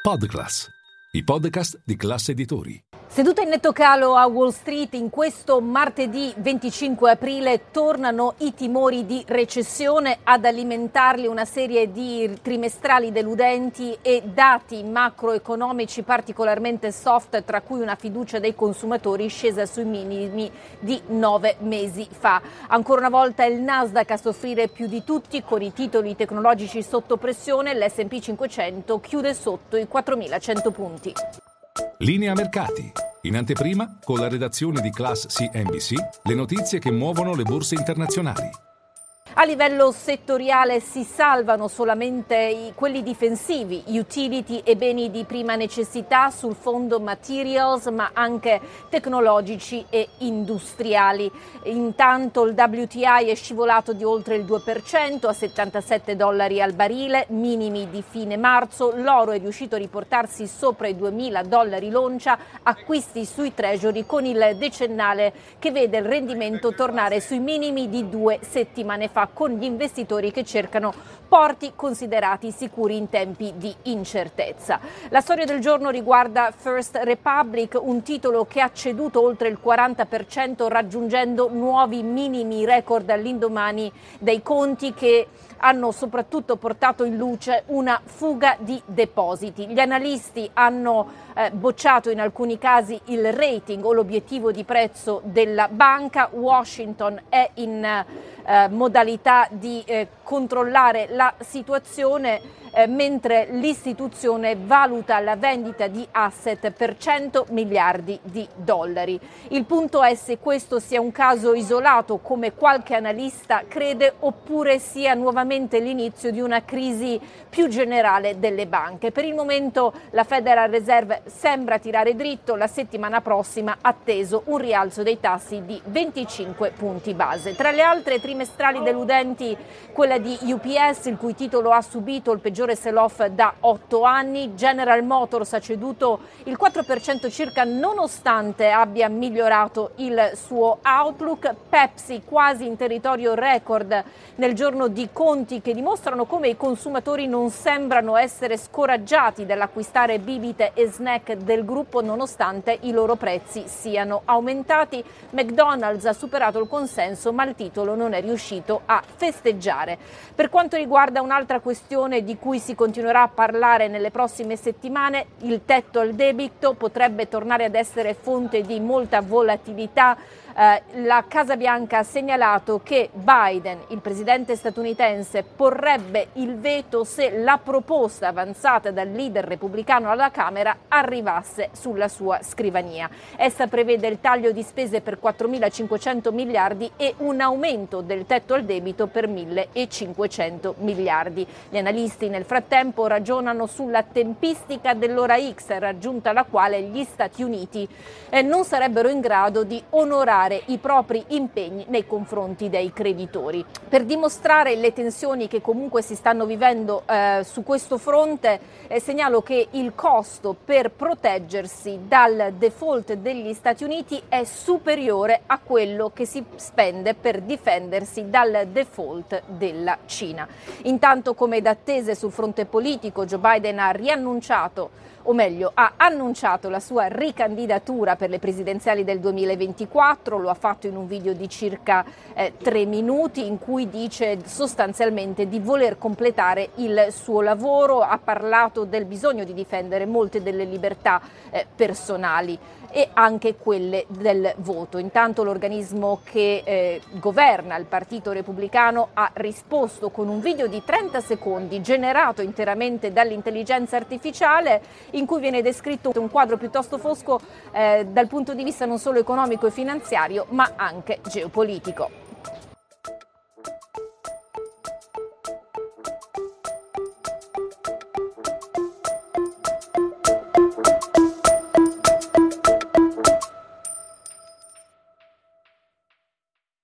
Podclass, i podcast di Class Editori. Seduta in netto calo a Wall Street, in questo martedì 25 aprile tornano i timori di recessione, ad alimentarli una serie di trimestrali deludenti e dati macroeconomici particolarmente soft, tra cui una fiducia dei consumatori scesa sui minimi di 9 mesi fa. Ancora una volta il Nasdaq a soffrire più di tutti, con i titoli tecnologici sotto pressione. L'S&P 500 chiude sotto i 4.100 punti. Linea mercati. In anteprima, con la redazione di Class CNBC, le notizie che muovono le borse internazionali. A livello settoriale si salvano solamente quelli difensivi, utility e beni di prima necessità sul fondo materials, ma anche tecnologici e industriali. Intanto il WTI è scivolato di oltre il 2% a $77 al barile, minimi di fine marzo. L'oro è riuscito a riportarsi sopra i $2.000 l'oncia, acquisti sui treasury con il decennale che vede il rendimento tornare sui minimi di 2 settimane fa, con gli investitori che cercano porti considerati sicuri in tempi di incertezza. La storia del giorno riguarda First Republic, un titolo che ha ceduto oltre il 40%, raggiungendo nuovi minimi record all'indomani dei conti che hanno soprattutto portato in luce una fuga di depositi. Gli analisti hanno bocciato in alcuni casi il rating o l'obiettivo di prezzo della banca. Washington è in modalità di controllare la situazione, mentre l'istituzione valuta la vendita di asset per $100 miliardi. Il punto è se questo sia un caso isolato, come qualche analista crede, oppure sia nuovamente l'inizio di una crisi più generale delle banche. Per il momento la Federal Reserve sembra tirare dritto. La settimana prossima atteso un rialzo dei tassi di 25 punti base. Tra le altre trimestrali deludenti, quella di UPS, il cui titolo ha subito il peggiore sell-off da 8 anni. General Motors ha ceduto il 4% circa, nonostante abbia migliorato il suo outlook. Pepsi quasi in territorio record nel giorno di conti, che dimostrano come i consumatori non sembrano essere scoraggiati dall'acquistare bibite e snack del gruppo, nonostante i loro prezzi siano aumentati. McDonald's ha superato il consenso, ma il titolo non è riuscito a festeggiare. Per quanto riguarda un'altra questione di cui si continuerà a parlare nelle prossime settimane, il tetto al debito potrebbe tornare ad essere fonte di molta volatilità. La Casa Bianca ha segnalato che Biden, il presidente statunitense, porrebbe il veto se la proposta avanzata dal leader repubblicano alla Camera arrivasse sulla sua scrivania. Essa prevede il taglio di spese per 4.500 miliardi e un aumento del tetto al debito per 1.500 miliardi. Gli analisti nel frattempo ragionano sulla tempistica dell'ora X, raggiunta la quale gli Stati Uniti non sarebbero in grado di onorare i propri impegni nei confronti dei creditori. Per dimostrare le tensioni che comunque si stanno vivendo su questo fronte, segnalo che il costo per proteggersi dal default degli Stati Uniti è superiore a quello che si spende per difendersi dal default della Cina. Intanto, come da attese sul fronte politico, Joe Biden ha annunciato la sua ricandidatura per le presidenziali del 2024. Lo ha fatto in un video di circa 3 minuti, in cui dice sostanzialmente di voler completare il suo lavoro. Ha parlato del bisogno di difendere molte delle libertà personali e anche quelle del voto. Intanto l'organismo che governa il Partito Repubblicano ha risposto con un video di 30 secondi generato interamente dall'intelligenza artificiale, in cui viene descritto un quadro piuttosto fosco dal punto di vista non solo economico e finanziario, ma anche geopolitico.